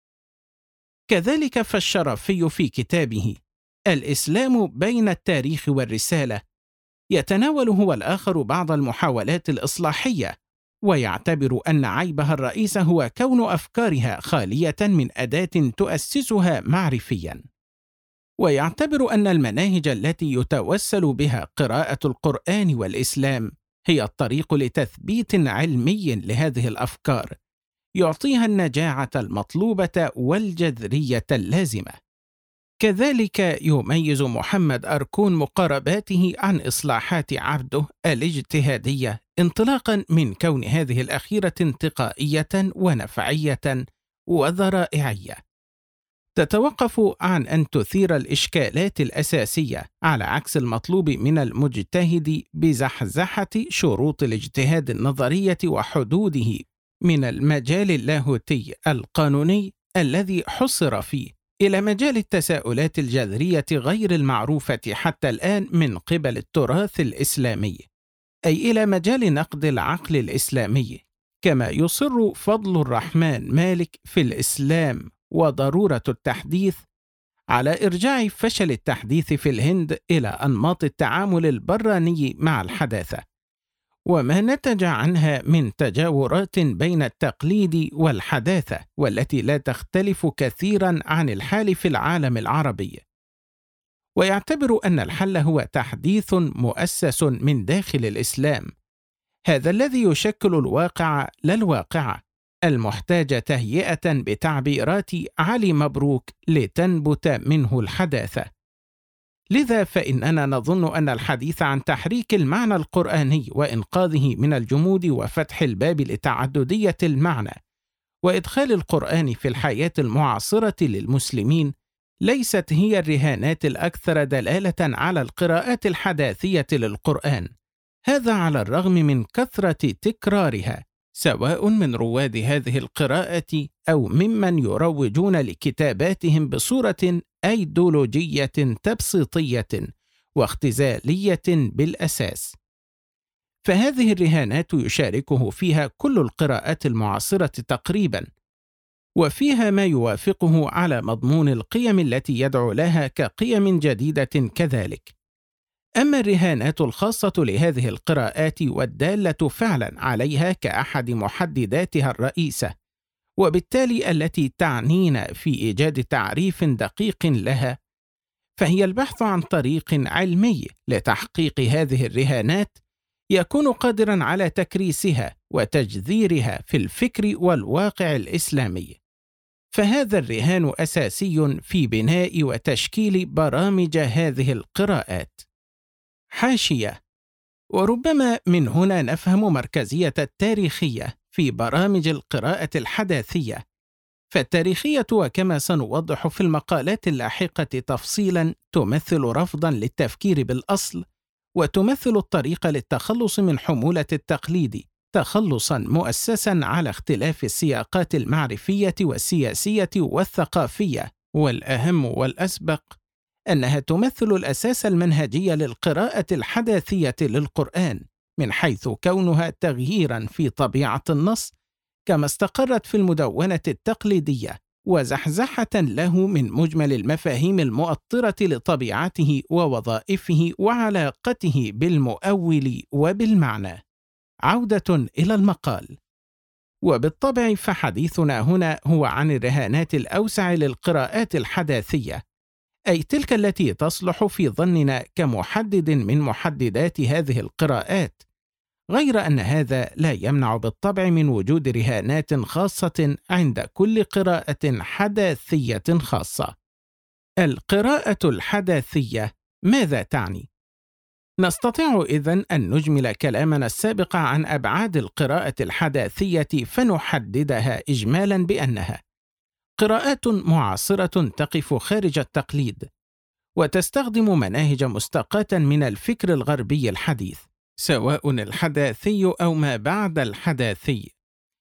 كذلك فالشرافي في كتابه الإسلام بين التاريخ والرسالة يتناول هو الآخر بعض المحاولات الإصلاحية، ويعتبر أن عيبها الرئيس هو كون أفكارها خالية من أداة تؤسسها معرفياً، ويعتبر أن المناهج التي يتوسل بها قراءة القرآن والإسلام هي الطريق لتثبيت علمي لهذه الأفكار يعطيها النجاعة المطلوبة والجذرية اللازمة. كذلك يميز محمد أركون مقارباته عن إصلاحات عبده الاجتهادية انطلاقا من كون هذه الأخيرة انتقائية ونفعية وذرائعية، تتوقف عن أن تثير الإشكالات الأساسية على عكس المطلوب من المجتهد بزحزحة شروط الاجتهاد النظرية وحدوده من المجال اللاهوتي القانوني الذي حصر فيه إلى مجال التساؤلات الجذرية غير المعروفة حتى الآن من قبل التراث الإسلامي، أي إلى مجال نقد العقل الإسلامي، كما يصر فضل الرحمن مالك في الإسلام وضرورة التحديث على إرجاع فشل التحديث في الهند إلى أنماط التعامل البراني مع الحداثة، وما نتج عنها من تجاورات بين التقليد والحداثة والتي لا تختلف كثيرا عن الحال في العالم العربي، ويعتبر أن الحل هو تحديث مؤسس من داخل الإسلام، هذا الذي يشكل الواقع لا الواقعة المحتاج تهيئة بتعبيرات علي مبروك لتنبت منه الحداثة. لذا فإننا نظن أن الحديث عن تحريك المعنى القرآني وإنقاذه من الجمود وفتح الباب لتعددية المعنى وإدخال القرآن في الحياة المعاصرة للمسلمين ليست هي الرهانات الأكثر دلالة على القراءات الحداثية للقرآن، هذا على الرغم من كثرة تكرارها سواء من رواد هذه القراءة أو ممن يروجون لكتاباتهم بصورة أيديولوجية تبسيطية واختزالية بالأساس. فهذه الرهانات يشاركه فيها كل القراءات المعاصرة تقريبا، وفيها ما يوافقه على مضمون القيم التي يدعو لها كقيم جديدة كذلك. أما الرهانات الخاصة لهذه القراءات والدالة فعلا عليها كأحد محدداتها الرئيسة، وبالتالي التي تعنينا في إيجاد تعريف دقيق لها، فهي البحث عن طريق علمي لتحقيق هذه الرهانات يكون قادرا على تكريسها وتجذيرها في الفكر والواقع الإسلامي. فهذا الرهان أساسي في بناء وتشكيل برامج هذه القراءات. حاشية: وربما من هنا نفهم مركزية التاريخية في برامج القراءة الحداثية، فالتاريخية وكما سنوضح في المقالات اللاحقة تفصيلا تمثل رفضا للتفكير بالأصل، وتمثل الطريق للتخلص من حمولة التقليد، تخلصا مؤسسا على اختلاف السياقات المعرفية والسياسية والثقافية، والأهم والأسبق أنها تمثل الأساس المنهجي للقراءة الحداثية للقرآن من حيث كونها تغييرا في طبيعة النص كما استقرت في المدونة التقليدية، وزحزحة له من مجمل المفاهيم المؤطرة لطبيعته ووظائفه وعلاقته بالمؤول وبالمعنى. عودة إلى المقال. وبالطبع فحديثنا هنا هو عن الرهانات الأوسع للقراءات الحداثية، أي تلك التي تصلح في ظننا كمحدد من محددات هذه القراءات، غير أن هذا لا يمنع بالطبع من وجود رهانات خاصة عند كل قراءة حداثية خاصة. القراءة الحداثية ماذا تعني؟ نستطيع إذن أن نجمل كلامنا السابق عن أبعاد القراءة الحداثية فنحددها إجمالاً بأنها قراءات معاصرة تقف خارج التقليد، وتستخدم مناهج مستقاة من الفكر الغربي الحديث، سواء الحداثي أو ما بعد الحداثي،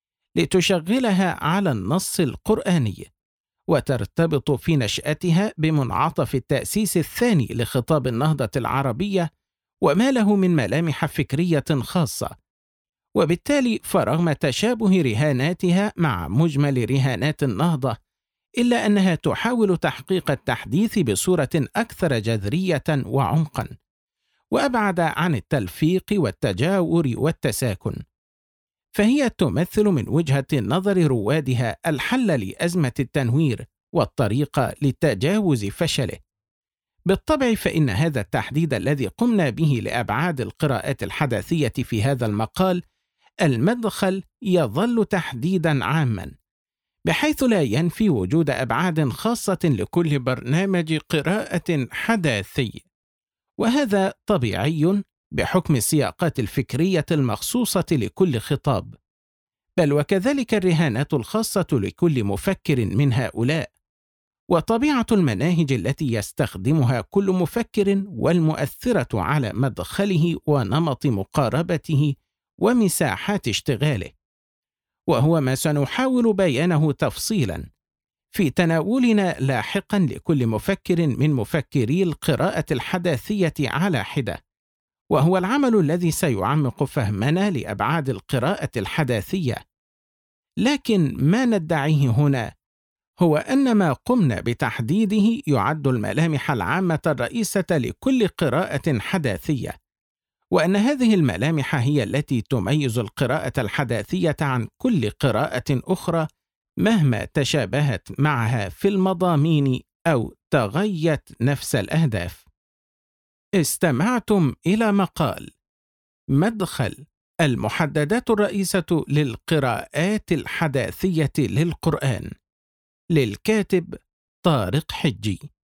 لتشغلها على النص القرآني، وترتبط في نشأتها بمنعطف التأسيس الثاني لخطاب النهضة العربية وما له من ملامح فكرية خاصة. وبالتالي فرغم تشابه رهاناتها مع مجمل رهانات النهضة، إلا أنها تحاول تحقيق التحديث بصورة أكثر جذرية وعمقا، وأبعد عن التلفيق والتجاور والتساكن، فهي تمثل من وجهة نظر روادها الحل لأزمة التنوير والطريق لتجاوز فشله. بالطبع فإن هذا التحديد الذي قمنا به لأبعاد القراءات الحداثية في هذا المقال المدخل يظل تحديدا عاما، بحيث لا ينفي وجود أبعاد خاصة لكل برنامج قراءة حداثي، وهذا طبيعي بحكم السياقات الفكرية المخصوصة لكل خطاب، بل وكذلك الرهانات الخاصة لكل مفكر من هؤلاء، وطبيعة المناهج التي يستخدمها كل مفكر والمؤثرة على مدخله ونمط مقاربته ومساحات اشتغاله، وهو ما سنحاول بيانه تفصيلا في تناولنا لاحقا لكل مفكر من مفكري القراءة الحداثية على حدة، وهو العمل الذي سيعمق فهمنا لأبعاد القراءة الحداثية. لكن ما ندعيه هنا هو أن ما قمنا بتحديده يعد الملامح العامة الرئيسة لكل قراءة حداثية، وأن هذه الملامح هي التي تميز القراءة الحداثية عن كل قراءة أخرى مهما تشابهت معها في المضامين أو تغيت نفس الأهداف. استمعتم إلى مقال مدخل المحددات الرئيسة للقراءات الحداثية للقرآن للكاتب طارق حجي.